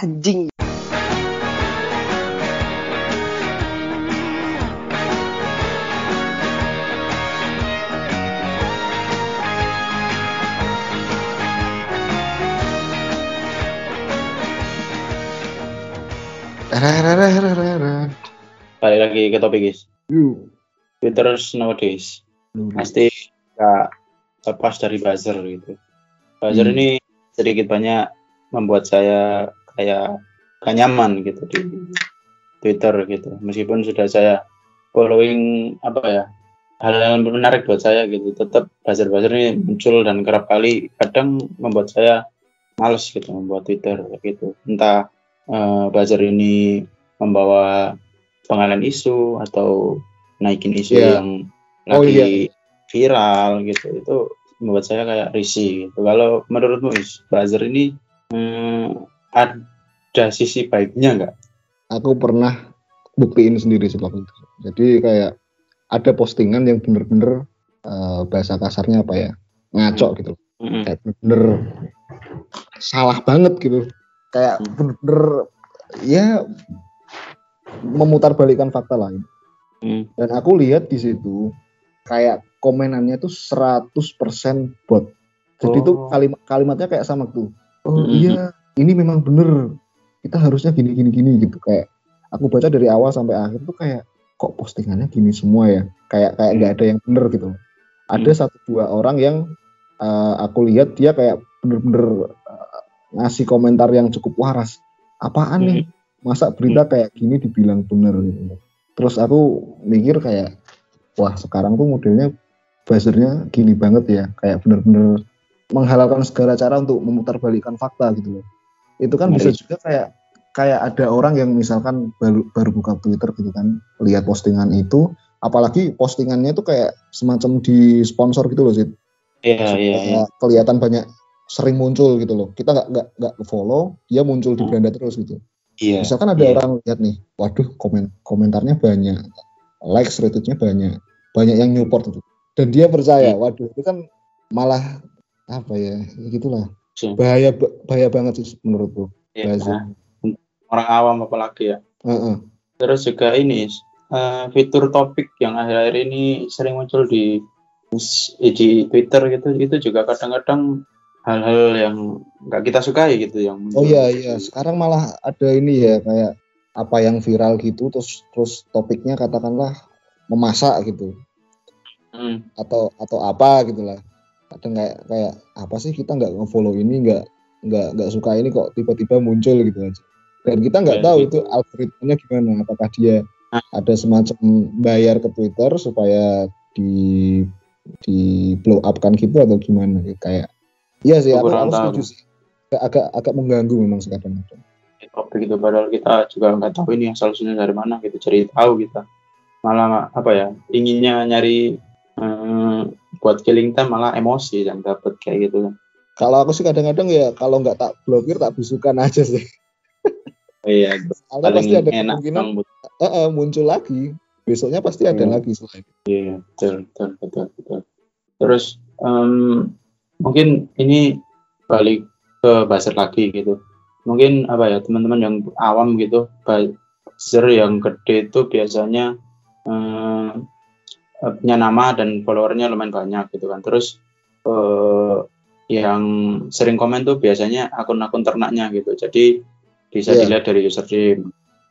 anjing. Balik lagi ke topik guys. Twitter nowadays pasti gak lepas dari buzzer gitu. Buzzer ini sedikit banyak membuat saya kayak gak nyaman gitu di Twitter gitu. Meskipun sudah saya following hal-hal menarik buat saya gitu, tetap buzzer-buzzer ini muncul dan kerap kali kadang membuat saya males gitu membuat Twitter gitu. Entah buzzer ini membawa pengalihan isu atau naikin isu yang lagi viral gitu, itu membuat saya kayak risih gitu. Kalau menurutmu buzzer ini ada sisi baiknya nggak? Aku pernah buktiin sendiri sih waktu itu. Jadi kayak ada postingan yang bener-bener bahasa kasarnya ngaco gitu. Kayak bener-bener salah banget gitu. Kayak bener-bener ya memutarbalikkan fakta lain. Dan aku lihat di situ kayak komenannya tuh 100% bot. Jadi tuh kalimatnya kayak sama tuh. Iya, ini memang bener. Kita harusnya gini gitu. Kayak aku baca dari awal sampai akhir tuh kayak kok postingannya gini semua ya. Kayak nggak ada yang bener gitu. Ada 1-2 orang yang aku lihat dia kayak bener-bener ngasih komentar yang cukup waras. Apaan nih? Masa berita kayak gini dibilang bener gitu. Terus aku mikir kayak, wah sekarang tuh modelnya buzzernya gini banget ya. Kayak bener-bener menghalalkan segala cara untuk memutarbalikkan fakta gitu loh. Itu kan bisa juga kayak ada orang yang misalkan baru buka Twitter gitu kan, lihat postingan itu, apalagi postingannya itu kayak semacam di sponsor gitu loh sih. Iya. Kelihatan banyak sering muncul gitu loh. Kita nggak follow, dia muncul di beranda terus gitu. Iya. Misalkan ada orang lihat nih, waduh komentarnya banyak, likes, retweetnya banyak yang support gitu. Dan dia percaya, waduh itu kan malah gitulah. Bahaya banget sih menurutku. Orang awam apalagi ya. Terus juga ini fitur topik yang akhir-akhir ini sering muncul di Twitter gitu, itu juga kadang-kadang hal-hal yang nggak kita sukai gitu yang muncul. Iya. Sekarang malah ada ini ya, kayak apa yang viral gitu, terus topiknya katakanlah memasak gitu. Atau apa gitulah. Kadang kayak apa sih, kita nggak nge-follow ini, nggak suka ini kok tiba-tiba muncul gitu aja. Dan kita nggak tahu itu algoritmanya gimana. Apakah dia ada semacam bayar ke Twitter supaya di blow up kan gitu atau gimana? Kayak iya sih, aku setuju sih. Agak mengganggu memang sekarang. Topik itu padahal kita juga nggak tahu ini asal usulnya dari mana gitu. Cari tahu kita malah inginnya nyari buat killing time, malah emosi yang dapat kayak gitu kan. Kalau aku sih kadang-kadang ya kalau nggak tak blokir tak bisukan aja sih. Iya. Karena pasti ada kemungkinan muncul lagi. Besoknya pasti ada lagi selain. Iya, betul. Terus mungkin ini balik ke buzzer lagi gitu. Mungkin teman-teman yang awam gitu, buzzer yang gede itu biasanya punya nama dan followernya lumayan banyak gitu kan. Terus yang sering komen tuh biasanya akun-akun ternaknya gitu. Jadi bisa dilihat dari username.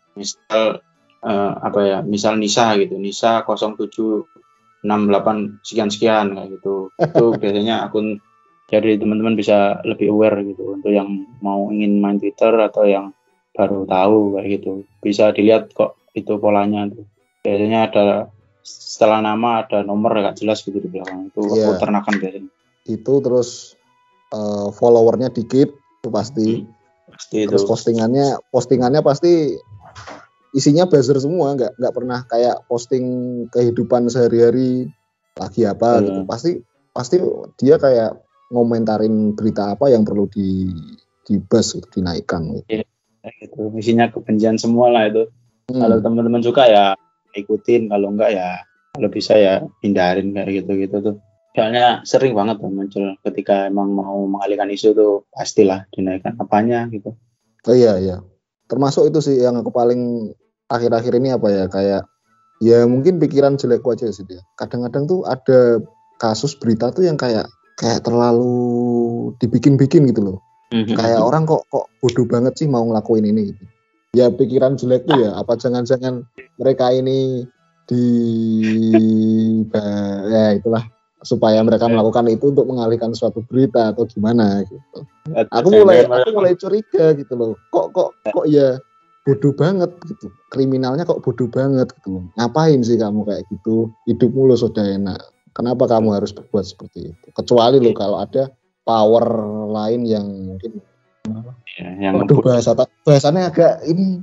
Misal Nisa gitu, Nisa 0768 sekian kayak gitu. Itu biasanya akun, jadi teman-teman bisa lebih aware gitu untuk yang mau ingin main Twitter atau yang baru tahu kayak gitu. Bisa dilihat kok itu polanya tuh. Biasanya ada setelah nama ada nomor agak jelas gitu di belakang. Itu aku ternakan biasanya. Itu terus followernya dikit itu pasti. Terus itu. Postingannya pasti isinya buzzer semua, nggak pernah kayak posting kehidupan sehari-hari lagi apa gitu. Pasti dia kayak ngomentarin berita apa yang perlu di buzz gitu, dinaikkan gitu. Gitu. Isinya kebencian semua lah itu. Kalau teman-teman suka ya ikutin, kalau enggak ya kalau bisa ya hindarin kayak gitu tuh. Soalnya sering banget tuh muncul ketika emang mau mengalihkan isu tuh, pastilah dinaikkan apanya gitu. Oh iya. Termasuk itu sih yang aku paling akhir-akhir ini apa ya, kayak ya mungkin pikiran jelekku aja sih dia. Kadang-kadang tuh ada kasus berita tuh yang kayak terlalu dibikin-bikin gitu loh. Kayak orang kok bodoh banget sih mau ngelakuin ini gitu. Ya pikiran jelek tuh ya, apa jangan-jangan mereka ini ya itulah, supaya mereka melakukan itu untuk mengalihkan suatu berita atau gimana gitu. Aku mulai curiga gitu loh. Kok ya bodoh banget gitu. Kriminalnya kok bodoh banget gitu. Ngapain sih kamu kayak gitu? Hidupmu lo sudah enak. Kenapa kamu harus berbuat seperti itu? Kecuali lo kalau ada power lain yang mungkin waduh, bahasannya agak ini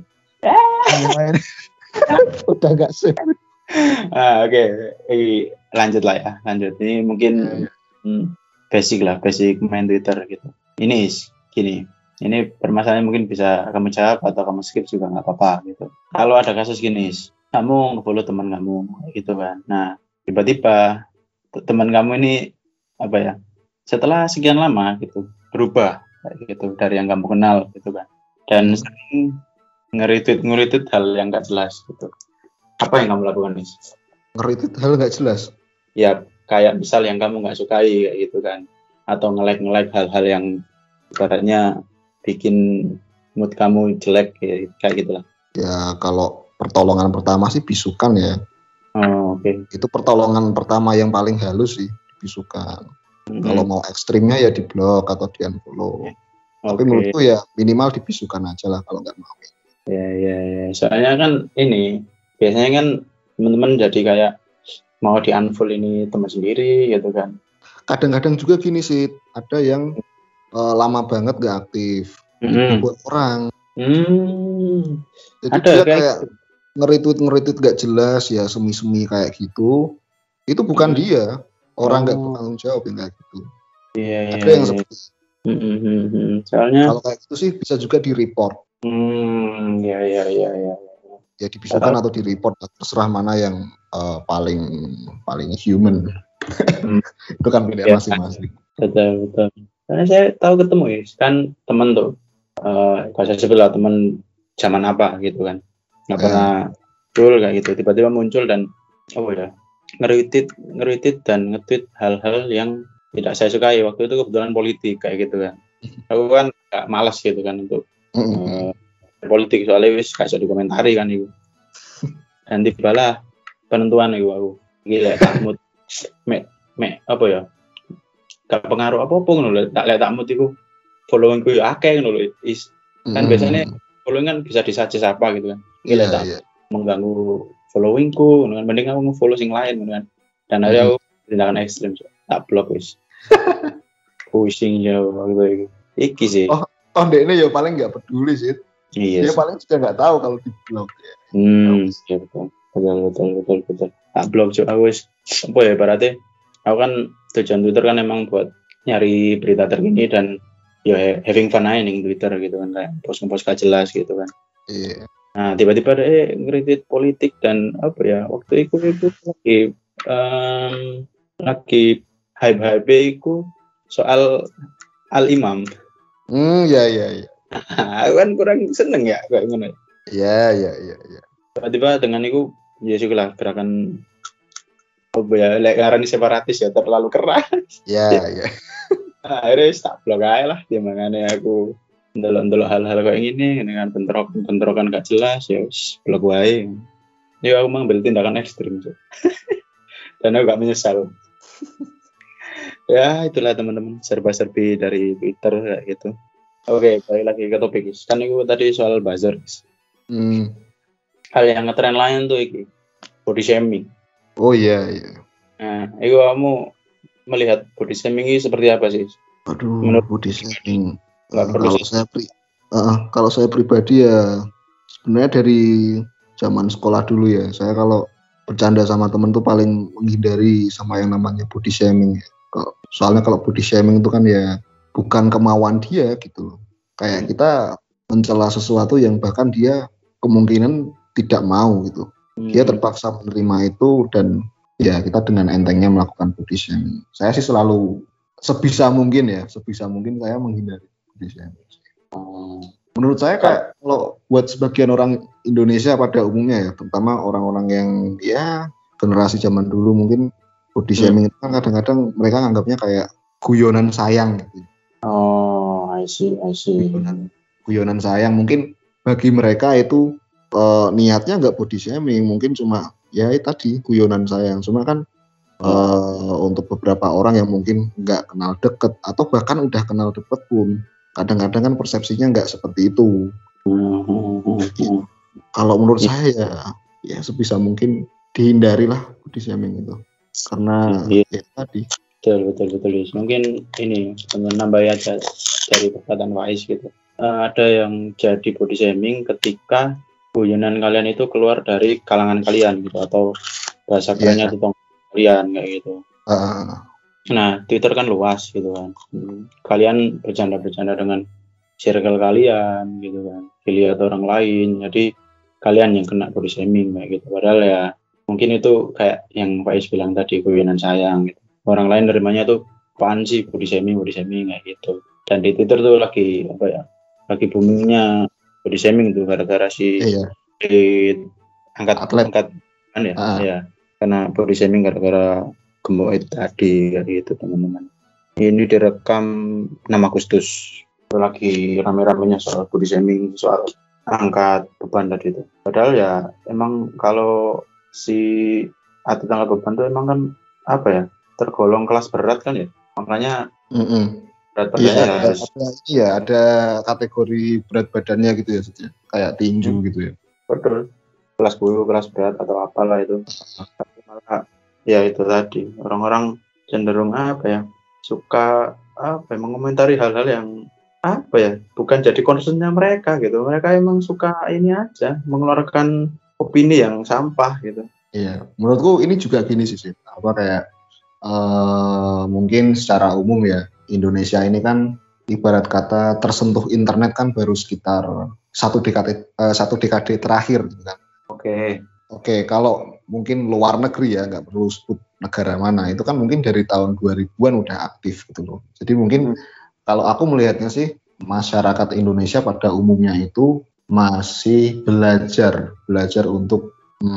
udah gak sih. Oke. Lanjut ini mungkin basic main Twitter gitu. Ini gini, ini permasalahan mungkin bisa kamu jawab atau kamu skip juga nggak apa-apa gitu. Kalau ada kasus gini, kamu nge-follow teman kamu gitu kan, nah tiba-tiba teman kamu ini apa ya, setelah sekian lama gitu berubah gitu dari yang kamu kenal gitu kan, dan sering nge-retweet hal yang nggak jelas gitu. Apa yang kamu lakukan nih? Nge-retweet hal nggak jelas? Ya kayak misal yang kamu nggak sukai kayak gitu kan, atau nge-like hal-hal yang ibaratnya bikin mood kamu jelek kayak gitulah. Ya kalau pertolongan pertama sih bisukan ya. Oke. Itu pertolongan pertama yang paling halus sih, bisukan. Kalau mau ekstrimnya ya di blok atau di unfollow. Tapi menurutku ya minimal dibisukan aja lah kalau nggak mau. Ya. Soalnya kan ini biasanya kan teman-teman jadi kayak mau di unfollow ini teman sendiri gitu kan. Kadang-kadang juga gini sih, ada yang lama banget nggak aktif, buat orang. Jadi dia kayak nge-retweet nggak jelas ya, semi-semi kayak gitu. Itu bukan dia, orang nggak bertanggung jawab yang kayak gitu. Iya. Ada yang seperti itu. Soalnya kalau kayak gitu sih bisa juga di-report. Iya. Ya dibisukan atau di-report, terserah mana yang paling human. Itu kan pilihan masing-masing. Betul. Karena saya tahu ketemu ya, kan teman tuh, kalau saya sebut lah teman zaman apa gitu kan, nggak pernah muncul kayak gitu, tiba-tiba muncul dan nge-retweet dan nge-tweet hal-hal yang tidak saya sukai. Waktu itu kebetulan politik kayak gitu kan. Aku kan gak malas gitu kan untuk politik, soalnya wis gak bisa dikomentari kan itu. Dan tibalah penentuan itu aku gila takmut apa ya, gak pengaruh apa ngono lho, tak lihat takmut iku followingku ya akeh ngono lho. Kan biasanya following kan bisa disuggest apa gitu kan. Gila tak mengganggu followingku ngono kan, mending aku nge-follow sing lain ngono kan. Dan akhirnya aku tindakan ekstrem tak blok wis. Pusing ya gitu. Iki sih. Oh ini ya paling nggak peduli sih. Iya. Dia paling juga nggak tahu kalau di blok ya. Iya betul. Tak blok juga aku wis. Apa ya berarti aku kan tujuan Twitter kan emang buat nyari berita terkini dan ya having fun aja nih Twitter gitu kan, kayak post gak jelas gitu kan. Iya. Nah tiba-tiba ada ngeritik politik dan apa ya, waktu itu lagi hype itu soal Al-Imam. Iya. Aku kan kurang seneng ya kayak gini. Iya. Tiba-tiba dengan itu ya syukurlah gerakan lekaran separatis ya terlalu keras. Iya. Akhirnya tak blok aja lah, dia makanya aku ndelok hal-hal kayak gini dengan bentrokan gak jelas ya blok wae. Ya aku mengambil tindakan ekstrim tuh. Dan aku gak menyesal. Ya itulah teman-teman, serba-serbi dari Twitter kayak gitu. Oke, balik lagi ke topik. Kan itu tadi soal buzzer. Hal yang ngetren lain tuh iki body shaming. Oh iya. Nah, itu kamu melihat body shaming ini seperti apa sih? Aduh, menurut body shaming. Kalau saya pribadi ya sebenarnya dari zaman sekolah dulu ya. Saya kalau bercanda sama temen tuh paling menghindari sama yang namanya body shaming. Soalnya kalau body shaming itu kan ya bukan kemauan dia gitu. Kayak kita mencela sesuatu yang bahkan dia kemungkinan tidak mau gitu. Dia terpaksa menerima itu dan ya kita dengan entengnya melakukan body shaming. Saya sih selalu sebisa mungkin saya menghindari body shaming. Menurut saya kayak kalau buat sebagian orang Indonesia pada umumnya ya, terutama orang-orang yang ya generasi zaman dulu mungkin body shaming itu kan kadang-kadang mereka nganggapnya kayak guyonan sayang gitu. Oh, I see. Guyonan sayang mungkin bagi mereka itu niatnya nggak body shaming, mungkin cuma ya tadi guyonan sayang. Cuma kan untuk beberapa orang yang mungkin nggak kenal deket atau bahkan udah kenal deket pun kadang-kadang kan persepsinya nggak seperti itu. Kalau menurut saya ya sebisa mungkin dihindari lah body shaming itu karena ya tadi. Betul. Mungkin ini menambah aja dari perkataan Wais gitu. Ada yang jadi body shaming ketika guyonan kalian itu keluar dari kalangan kalian gitu atau bahasa kerennya itu kalian kayak gitu. Nah, Twitter kan luas gitu kan. Kalian bercanda-bercanda dengan circle kalian gitu kan. Dilihat orang lain, jadi kalian yang kena body shaming kayak gitu. Padahal ya mungkin itu kayak yang Pak Is bilang tadi, guyonan sayang gitu. Orang lain nerimanya tuh apaan sih body shaming kayak gitu. Dan di Twitter tuh lagi boomingnya body shaming tuh gara-gara si angkat kan ya. Ya. Karena body shaming gara-gara gemuk tadi kayak gitu teman-teman. Ini direkam 6 Agustus. Itu lagi rame-ramenya soal body shaming, soal angkat beban tadi itu. Padahal ya emang kalau si atlet angkat beban itu emang kan apa ya, tergolong kelas berat kan ya. Makanya berat badannya ada kategori berat badannya gitu ya, kayak tinju gitu ya. Betul. Kelas bulu, kelas berat atau apalah itu. Tapi malah ya itu tadi orang-orang cenderung suka mengomentari hal-hal yang bukan jadi concernnya mereka gitu. Mereka emang suka ini aja mengeluarkan opini yang sampah gitu. Iya, menurutku ini juga gini sih kayak mungkin secara umum ya Indonesia ini kan ibarat kata tersentuh internet kan baru sekitar satu dekade terakhir gitu kan. Oke, kalau mungkin luar negeri ya, nggak perlu sebut negara mana, itu kan mungkin dari tahun 2000-an udah aktif gitu loh. Jadi mungkin kalau aku melihatnya sih, masyarakat Indonesia pada umumnya itu masih belajar untuk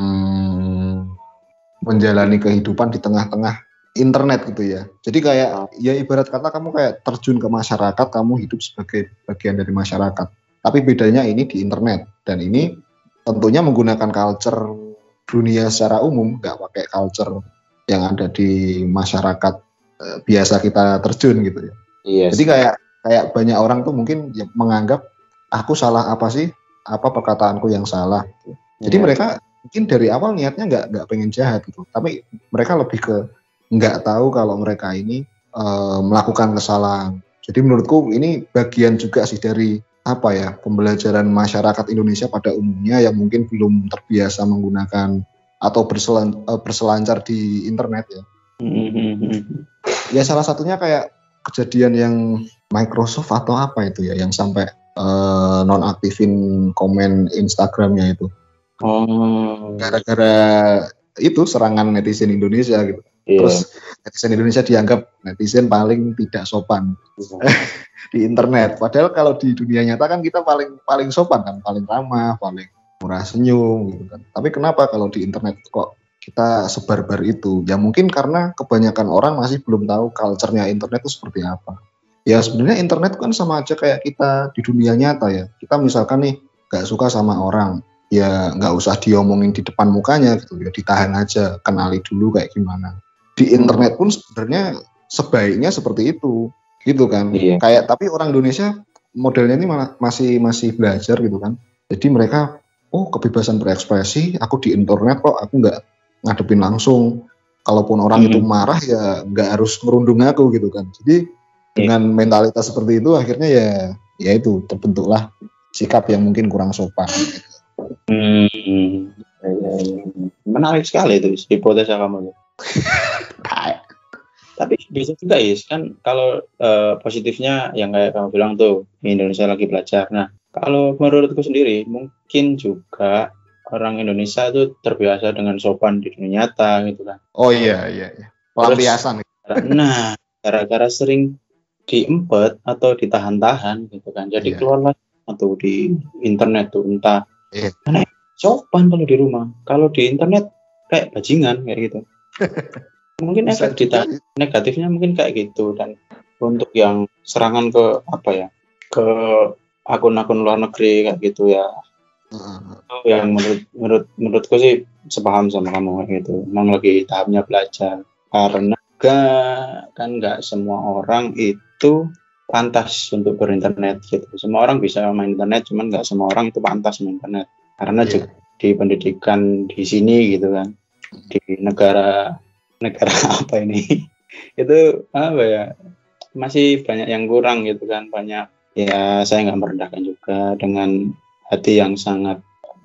menjalani kehidupan di tengah-tengah internet gitu ya. Jadi kayak ya ibarat kata kamu kayak terjun ke masyarakat, kamu hidup sebagai bagian dari masyarakat. Tapi bedanya ini di internet, dan ini tentunya menggunakan culture dunia secara umum, nggak pakai culture yang ada di masyarakat biasa kita terjun gitu ya. Yes. Jadi kayak banyak orang tuh mungkin menganggap aku salah apa sih, apa perkataanku yang salah gitu. Jadi mereka mungkin dari awal niatnya nggak pengen jahat gitu, tapi mereka lebih ke nggak tahu kalau mereka ini melakukan kesalahan. Jadi menurutku ini bagian juga sih dari pembelajaran masyarakat Indonesia pada umumnya yang mungkin belum terbiasa menggunakan atau berselancar di internet ya. Ya salah satunya kayak kejadian yang Microsoft atau apa itu ya, yang sampai nonaktifin komen Instagramnya itu. Gara-gara itu serangan netizen Indonesia gitu. Terus netizen Indonesia dianggap netizen paling tidak sopan di internet. Padahal kalau di dunia nyata kan kita paling sopan kan, paling ramah, paling murah senyum gitu kan. Tapi kenapa kalau di internet kok kita sebarbar itu? Ya mungkin karena kebanyakan orang masih belum tahu culture-nya internet itu seperti apa. Ya sebenarnya internet kan sama aja kayak kita di dunia nyata ya. Kita misalkan nih gak suka sama orang, ya nggak usah diomongin di depan mukanya gitu ya, ditahan aja, kenali dulu kayak gimana. Di internet pun sebenarnya sebaiknya seperti itu gitu kan. Kayak tapi orang Indonesia modelnya ini masih belajar gitu kan. Jadi mereka kebebasan berekspresi, aku di internet kok aku nggak ngadepin langsung. Kalaupun orang itu marah ya nggak harus merundung aku gitu kan. Jadi dengan mentalitas seperti itu akhirnya ya itu terbentuklah sikap yang mungkin kurang sopan gitu. Menarik sekali itu hipotesa kamu. Tapi bisa juga kan kalau positifnya yang kayak kamu bilang tuh Indonesia lagi belajar. Nah kalau menurutku sendiri mungkin juga orang Indonesia itu terbiasa dengan sopan di dunia nyata gitu kan. Oh iya. Pelampiasan. Nah gara-gara sering diempet atau ditahan-tahan gitu kan. Jadi keluarlah atau di internet tuh entah Iya. mana sopan kalau di rumah, kalau di internet kayak bajingan kayak gitu. Mungkin Bisa efek juga. negatifnya mungkin kayak gitu. Dan untuk yang serangan ke apa ya, ke akun-akun luar negeri kayak gitu ya, itu yang menurutku sih sepaham sama kamu kayak gitu. Memang lagi tahapnya belajar, karena nggak semua orang itu pantas untuk berinternet gitu. Semua orang bisa main internet, cuman nggak semua orang itu pantas main internet. Karena Iya. juga di pendidikan di sini gitu kan, di negara apa ini itu apa ya, masih banyak yang kurang gitu kan. Banyak ya, saya nggak merendahkan juga, dengan hati yang sangat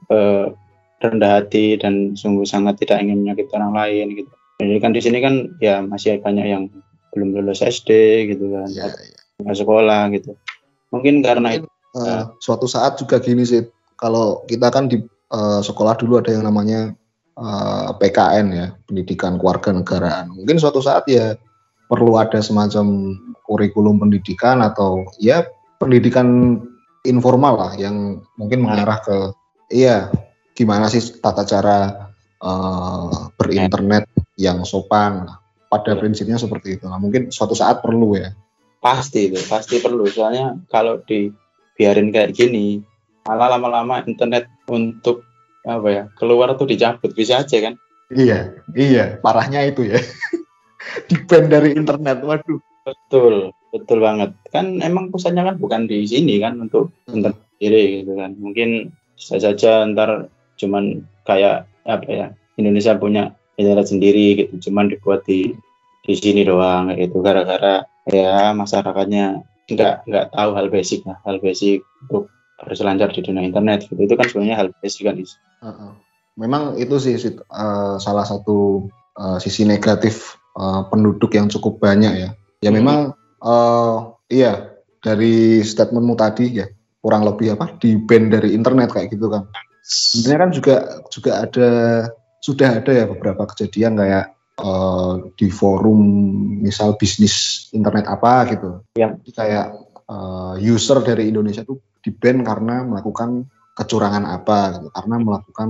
rendah hati dan sungguh sangat tidak ingin menyakiti orang lain gitu. Jadi kan di sini kan ya masih banyak yang belum lulus SD gitu kan, Iya. nggak sekolah gitu. Mungkin karena itu Suatu saat juga gini sih, kalau kita kan di sekolah dulu ada yang namanya PKN ya, pendidikan kewarganegaraan. Mungkin suatu saat ya perlu ada semacam kurikulum pendidikan atau ya pendidikan informal lah yang mungkin mengarah ke gimana sih tata cara berinternet yang sopan. Pada prinsipnya seperti itu. Nah, mungkin suatu saat perlu ya. Pasti perlu. Soalnya kalau dibiarin kayak gini, malah lama-lama internet untuk apa ya, keluar tuh dicabut, bisa aja kan. Iya, parahnya itu ya. Di-ban dari internet, waduh. Betul banget. Kan emang pusatnya kan bukan di sini kan, untuk internet sendiri gitu kan. Mungkin bisa saja ntar cuman kayak apa ya, Indonesia punya internet sendiri gitu, cuman dibuat di sini doang kayak gitu, gara-gara ya masyarakatnya nggak tahu hal basic untuk berselancar di dunia internet gitu. Itu kan sebenarnya hal basic kan. Memang itu sih salah satu sisi negatif penduduk yang cukup banyak ya. Ya memang iya, dari statementmu tadi ya, kurang lebih apa, di-ban dari internet kayak gitu kan. Sebenarnya kan juga sudah ada ya beberapa kejadian kayak di forum misal bisnis internet apa gitu. Yang kayak user dari Indonesia tuh di-ban karena melakukan kecurangan apa gitu, karena melakukan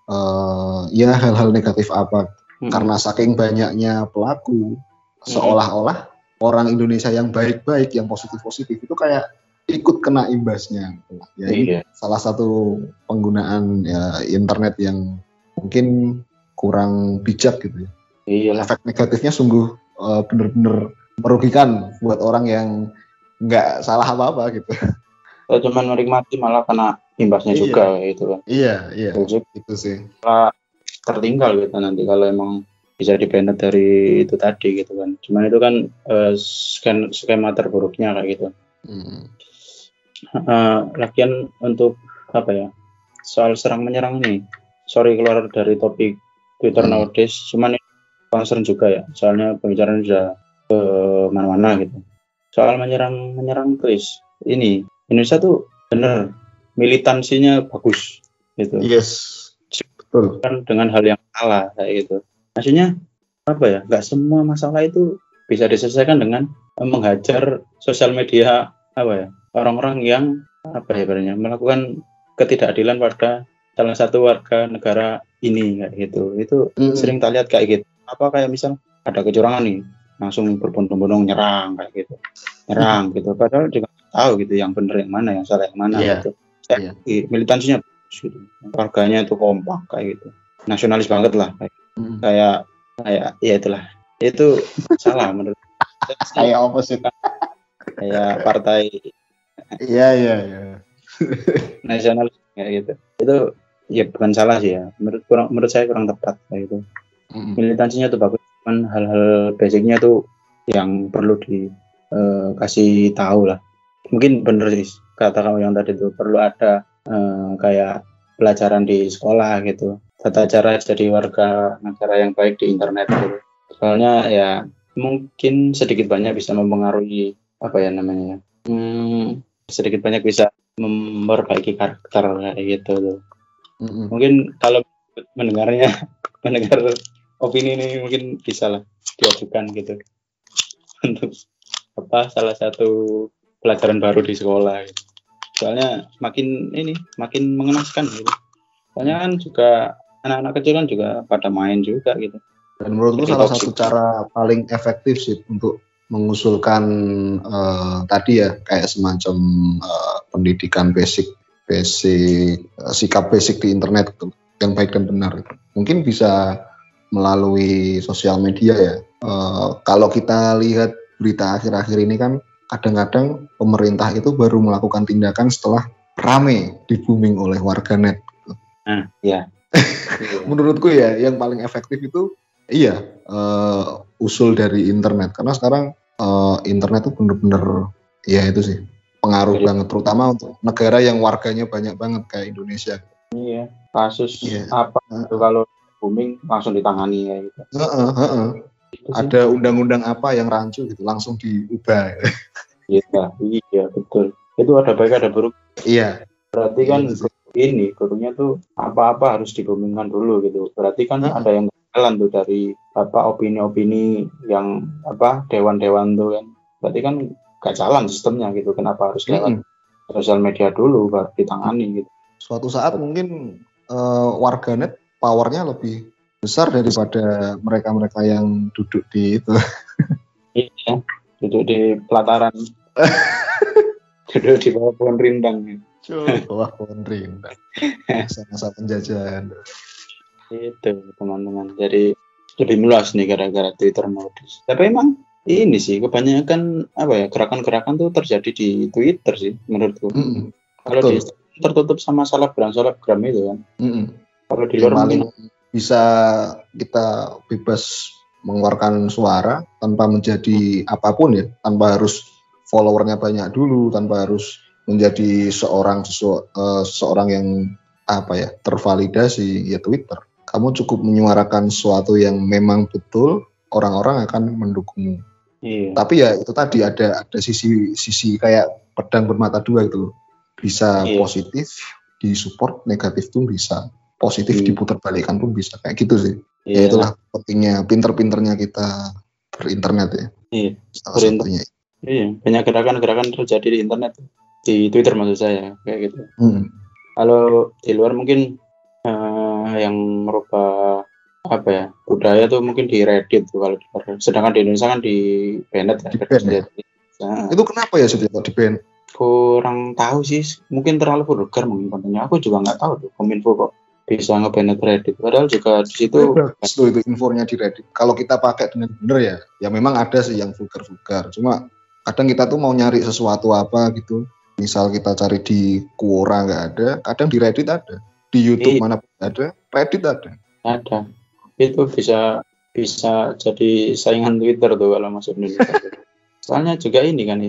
ya hal-hal negatif apa. Karena saking banyaknya pelaku, seolah-olah orang Indonesia yang baik-baik, yang positif-positif itu kayak ikut kena imbasnya. Ya, ini salah satu penggunaan ya internet yang mungkin kurang bijak gitu ya. Efek negatifnya sungguh benar-benar merugikan buat orang yang nggak salah apa-apa gitu. Kalau cuman menikmati malah kena imbasnya juga gitu kan. Iya, itu sih. Tertinggal gitu nanti kalau emang bisa di-ban dari itu tadi gitu kan. Cuman itu kan skema terburuknya kayak gitu. Lagian untuk apa ya, soal serang menyerang nih, sorry keluar dari topik Twitter nowadays, cuman ini concern juga ya, soalnya pembicaraan sudah ke mana-mana gitu. Soal menyerang Chris, ini Indonesia tuh bener militansinya bagus gitu. Yes, betul. Kan dengan hal yang salah kayak gitu. Maksudnya apa ya? Nggak semua masalah itu bisa diselesaikan dengan menghajar sosial media apa ya, orang-orang yang apa ya, berarti melakukan ketidakadilan pada salah satu warga negara ini kayak gitu. Itu sering tak lihat kayak gitu. Apa kayak misal ada kecurangan nih, langsung berbondong-bondong nyerang kayak gitu, gitu. Padahal juga tahu gitu yang benar yang mana, yang salah yang mana gitu. Militansinya gitu. Warganya itu kompak kayak gitu, nasionalis banget lah kayak ya itulah, itu salah menurut kayak opposite, kayak partai nasionalis kayak gitu. Itu ya bukan salah sih ya, menurut saya kurang tepat kayak gitu. Militansinya tuh bagus, cuman hal-hal basicnya tuh yang perlu dikasih tahu lah. Mungkin bener sih kata kamu yang tadi tuh, perlu ada kayak pelajaran di sekolah gitu, tata cara jadi warga negara yang baik di internet gitu. Soalnya ya mungkin sedikit banyak bisa mempengaruhi apa ya namanya, sedikit banyak bisa memperbaiki karakter kayak gitu tuh. Mungkin kalau mendengar opini ini mungkin bisa lah diajukan gitu untuk apa, salah satu pelajaran baru di sekolah gitu. soalnya makin mengenaskan gitu. Soalnya kan juga anak-anak kecil kan juga pada main juga gitu. Dan menurutku salah satu cara paling efektif sih untuk mengusulkan tadi ya kayak semacam pendidikan basic sikap basic di internet itu yang baik dan benar itu. Mungkin bisa melalui sosial media ya. Kalau kita lihat berita akhir-akhir ini kan kadang-kadang pemerintah itu baru melakukan tindakan setelah rame di booming oleh warganet. Gitu. Ya. Menurutku ya yang paling efektif itu usul dari internet karena sekarang internet itu benar-benar ya itu sih pengaruh banget terutama untuk negara yang warganya banyak banget kayak Indonesia. Iya, kasus apa itu kalau booming langsung ditangani ya gitu. Ada undang-undang apa yang rancu gitu langsung diubah. Iya betul. Itu ada baik ada buruk. Iya. Berarti kan ini gurunya tuh apa-apa harus diboomingkan dulu gitu. Berarti kan ada yang jalan tuh dari opini-opini yang dewan-dewan tuh kan. Berarti kan gak jalan sistemnya gitu. Kenapa harus lewat sosial media dulu baru ditangani gitu. Suatu saat mungkin warganet powernya lebih besar daripada mereka-mereka yang duduk di itu. Iya, duduk di pelataran. Duduk di bawah pohon rindang. Bawah pohon rindang. Masa-masa penjajahan. Itu teman-teman. Jadi lebih meluas nih gara-gara Twitter modus. Tapi emang ini sih kebanyakan gerakan-gerakan tuh terjadi di Twitter sih menurutku. Kalau di tertutup sama selebgram itu kan. Kalau di luar mungkin bisa kita bebas mengeluarkan suara tanpa menjadi apapun ya, tanpa harus followernya banyak dulu, tanpa harus menjadi seorang yang tervalidasi ya Twitter. Kamu cukup menyuarakan sesuatu yang memang betul, orang-orang akan mendukungmu. Iya. Tapi ya itu tadi ada sisi kayak pedang bermata dua gitu. Bisa positif disupport, negatif pun bisa. Positif diputarbalikkan pun bisa kayak gitu sih. Ya itulah pentingnya pinter-pinternya kita berinternet ya. Iya. Salah satunya. Iya, banyak gerakan-gerakan terjadi di internet. Di Twitter maksud saya kayak gitu. Kalau di luar mungkin yang merubah budaya tuh mungkin di Reddit tuh kalau sedangkan di Indonesia kan di Bennett ya. Itu kenapa ya sudah di ban? Kurang tahu sih, mungkin terlalu vulgar mungkin kontennya. Aku juga nggak tahu tuh Kominfo kok bisa nge-ban Reddit. Padahal juga di situ itu infonya di Reddit. Kalau kita pakai dengan benar ya memang ada sih yang vulgar. Cuma kadang kita tuh mau nyari sesuatu apa gitu. Misal kita cari di Quora nggak ada, kadang di Reddit ada. Di YouTube mana ada, Reddit ada. Ada. Itu bisa jadi saingan Twitter tuh kalau masuk Indonesia. Soalnya juga ini kan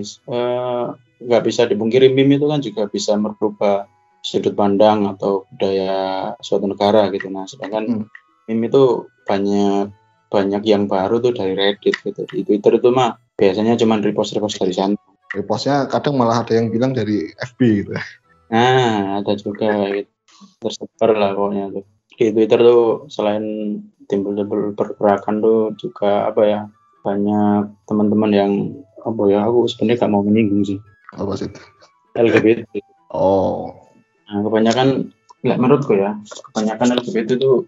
nggak bisa dipungkiri meme itu kan juga bisa merubah sudut pandang atau budaya suatu negara gitu. Nah, sedangkan meme itu banyak yang baru tuh dari Reddit gitu. Di Twitter itu mah biasanya cuma repost dari sana. Repostnya kadang malah ada yang bilang dari FB gitu. Nah, ada juga gitu. Tersebar lah pokoknya tuh. Di Twitter tuh selain timbul pergerakan tuh juga banyak teman-teman yang aku sebenarnya gak mau menyinggung sih. Apa sih? LGBT. Oh. Nah, kebanyakan menurutku ya, kebanyakan LGBT itu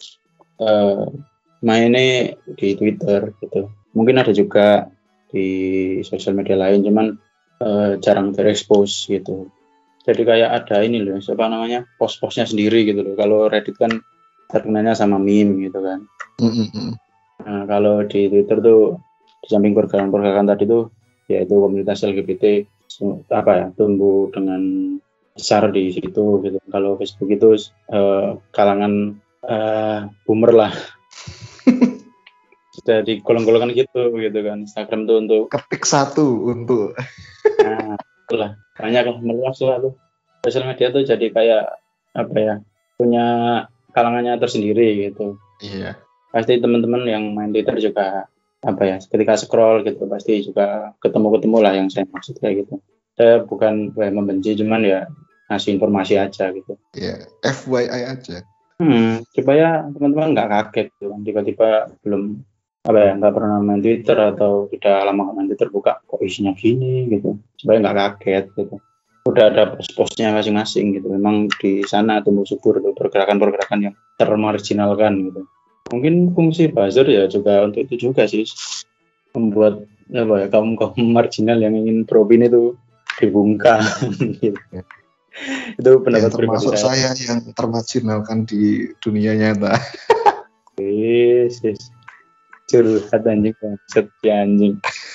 mainnya di Twitter gitu. Mungkin ada juga di sosial media lain, cuman jarang terekspos gitu. Jadi kayak ada ini loh, post-postnya sendiri gitu loh. Kalau Reddit kan terkenalnya sama meme gitu kan. Nah, kalau di Twitter tuh di samping pergerakan tadi tuh yaitu komunitas LGBT tumbuh dengan besar di situ gitu. Kalau Facebook itu kalangan boomer lah. Sudah digolong-golongan gitu kan. Instagram tuh untuk ketik satu untuk nah itulah banyak lah meluas lah tuh. Sosial media tuh jadi kayak punya kalangannya tersendiri gitu. Iya. Pasti teman-teman yang main Twitter juga ketika scroll gitu pasti juga ketemu lah yang saya maksud kayak gitu. Saya bukan membenci, cuman ya ngasih informasi aja gitu. Iya, FYI aja. Supaya teman-teman nggak kaget gitu kan, tiba-tiba belum nggak pernah main Twitter atau tidak lama main Twitter buka kok isinya gini gitu, supaya nggak kaget gitu. udah ada pos-posnya masing-masing gitu. Memang di sana tumbuh subur tuh pergerakan-pergerakan yang termarginalkan gitu. Mungkin fungsi buzzer ya juga untuk itu juga sih, membuat apa ya kaum marginal yang ingin beropini itu dibungkam gitu. Itu pendapat pribadi termasuk saya yang termarginalkan di dunia nyata. Yes. Curhat anjing konsep anjing.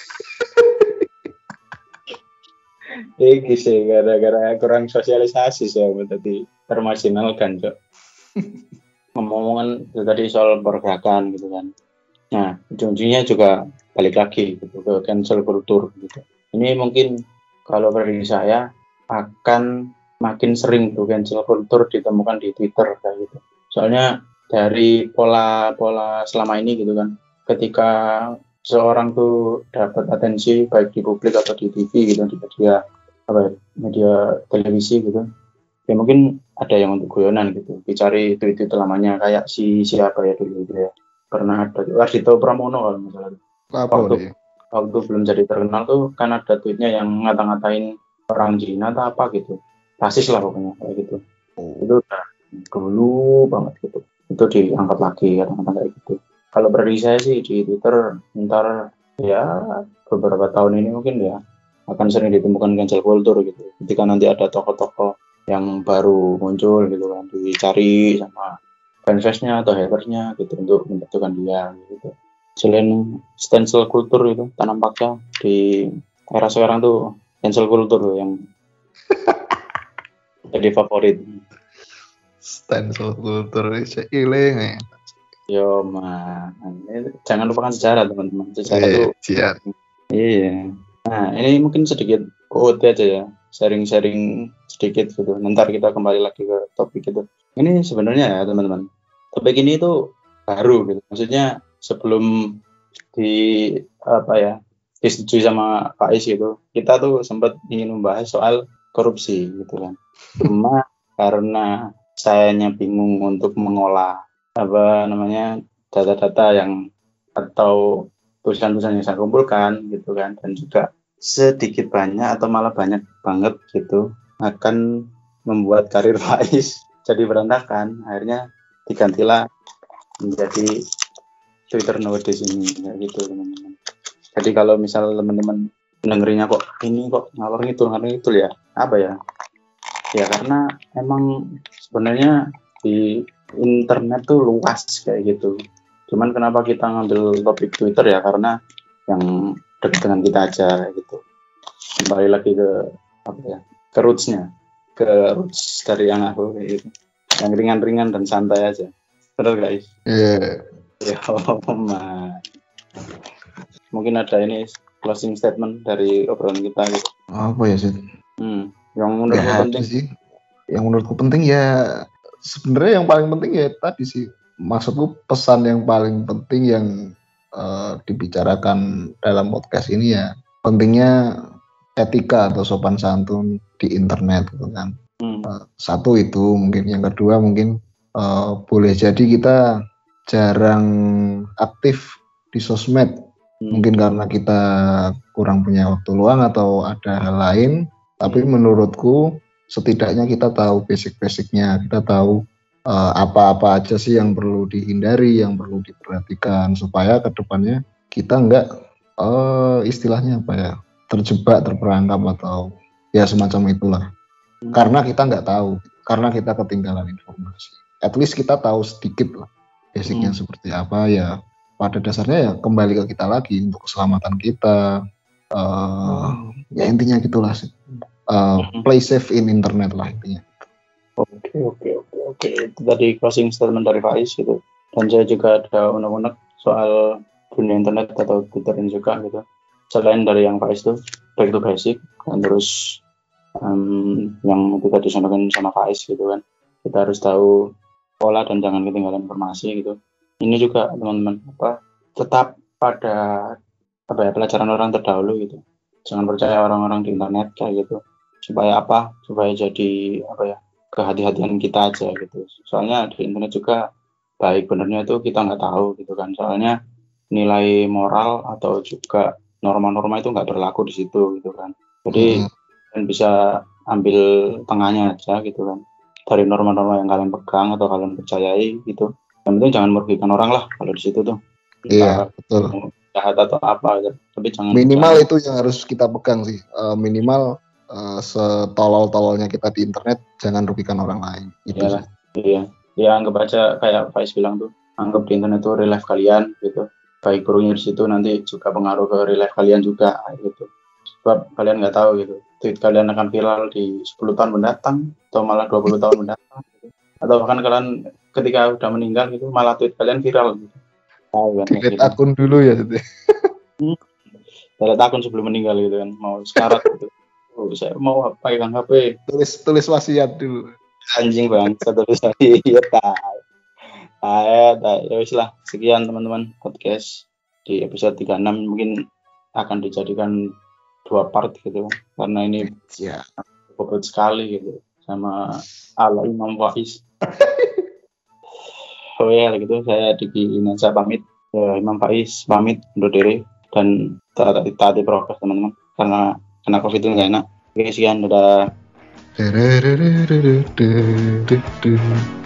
Iki sih gara-gara kurang sosialisasi sih tadi termarginalkan Cok. Ngomong-ngomongan tadi soal pergerakan gitu kan. Nah, ujung-ujungnya juga balik lagi gitu ke cancel culture gitu. Ini mungkin kalau dari saya akan makin sering tuh cancel culture ditemukan di Twitter kayak gitu. Soalnya dari pola selama ini gitu kan, ketika seorang tuh dapat atensi baik di publik atau di TV gitu, di media televisi gitu, ya mungkin ada yang untuk guyonan gitu, dicari tweet lamanya kayak siapa ya dulu gitu ya, pernah ada Ardhito Pramono kalau misalnya waktu belum jadi terkenal tuh kan ada tweetnya yang ngata-ngatain orang Cina atau apa gitu, rasis lah pokoknya kayak gitu. Itu udah dulu banget gitu, itu diangkat lagi kadang-kadang kayak gitu. Kalau bagi saya sih di Twitter ntar ya beberapa tahun ini mungkin ya akan sering ditemukan cancel culture gitu, ketika nanti ada tokoh-tokoh yang baru muncul gitu kan, dicari sama fansnya atau hatersnya gitu untuk menjatuhkan dia gitu. Selain cancel culture itu tampaknya di era sekarang tuh cancel culture yang jadi favorit. Cancel culture saya ilang ya. Yo man, jangan lupakan sejarah teman-teman. Sejarah tuh iya. Nah ini mungkin sedikit quote aja ya, sharing sedikit gitu. Nanti kita kembali lagi ke topik itu. Ini sebenarnya ya teman-teman, topik ini tuh baru gitu. Maksudnya sebelum disetujui sama Pak Is gitu, kita tuh sempat ingin membahas soal korupsi gitu kan. Cuma karena sayanya bingung untuk mengolah data-data yang atau tulisan-tulisan yang saya kumpulkan gitu kan, dan juga sedikit banyak atau malah banyak banget gitu akan membuat karir Faiz jadi berantakan. Akhirnya digantilah menjadi Twitter Nowadays ini kayak gitu teman-teman. Jadi kalau misal teman-teman dengerinnya kok ini kok ngalor ngidul ya apa ya karena emang sebenarnya di internet tuh luas kayak gitu. Cuman kenapa kita ngambil topik Twitter ya karena yang dekat dengan kita aja kayak gitu. Kembali lagi ke ke roots-nya, ke roots dari yang aku kayak gitu. Yang ringan-ringan dan santai aja. Benar guys? Iya. Ya, mungkin ada ini closing statement dari obrolan kita gitu. Apa ya sih? Yang menurutku penting sih. Yang menurutku penting ya sebenarnya yang paling penting ya tadi sih. Maksudku pesan yang paling penting yang dibicarakan dalam podcast ini ya pentingnya etika atau sopan santun di internet gitu kan. Satu itu mungkin, yang kedua mungkin boleh jadi kita jarang aktif di sosmed, mungkin karena kita kurang punya waktu luang atau ada hal lain, tapi menurutku setidaknya kita tahu basic-basicnya, kita tahu apa-apa aja sih yang perlu dihindari, yang perlu diperhatikan supaya kedepannya kita nggak istilahnya apa ya, terjebak, terperangkap atau ya semacam itulah. Karena kita nggak tahu, karena kita ketinggalan informasi. At least kita tahu sedikit lah basicnya seperti apa ya. Pada dasarnya ya kembali ke kita lagi untuk keselamatan kita. Ya intinya gitulah sih. Play safe in internet lah intinya. Oke. Itu tadi closing statement dari Faiz gitu. Dan saya juga ada unek-unek soal dunia internet atau Twitter ini juga gitu. Selain dari yang Faiz tuh back to basic, dan terus yang itu tadi disampaikan sama Faiz gitu kan. Kita harus tahu pola dan jangan ketinggalan informasi gitu. Ini juga teman-teman tetap pada pelajaran orang terdahulu gitu. Jangan percaya orang-orang di internet kayak gitu. Supaya jadi kehati-hatian kita aja gitu. Soalnya di internet juga baik benernya itu kita nggak tahu gitu kan. Soalnya nilai moral atau juga norma-norma itu nggak berlaku di situ gitu kan. Jadi kan bisa ambil tengahnya aja gitu kan, dari norma-norma yang kalian pegang atau kalian percayai gitu. Yang penting jangan merugikan orang lah kalau di situ tuh. Iya, betul. Jahat atau apa gitu. Tapi minimal itu yang harus kita pegang sih. Minimal setolol-tololnya kita di internet, jangan rugikan orang lain. Itu sih. Iya. Ya anggap aja kayak Faiz bilang tuh, anggap di internet itu real life kalian gitu. Baik buruknya di situ nanti juga pengaruh ke real life kalian juga gitu. Sebab kalian nggak tahu gitu, tweet kalian akan viral di 10 tahun mendatang atau malah 20 tahun mendatang gitu. Atau bahkan kalian ketika udah meninggal gitu malah tweet kalian viral gitu. Delete akun dulu ya gitu. Delete akun sebelum meninggal gitu kan, mau sekarat gitu. Saya mau pegang HP. Tulis wasiat dulu. Anjing bang, tulis wasiat. Ya wis lah, sekian teman-teman podcast di episode 36 mungkin akan dijadikan 2 part gitu karena ini bobot sekali gitu sama ala Imam Faiz. Oh ya gitu, saya Diki Inansa pamit, Imam Faiz pamit undur diri dan taati prokes teman-teman karena kena COVID itu nggak enak. Oke sekian, dadah.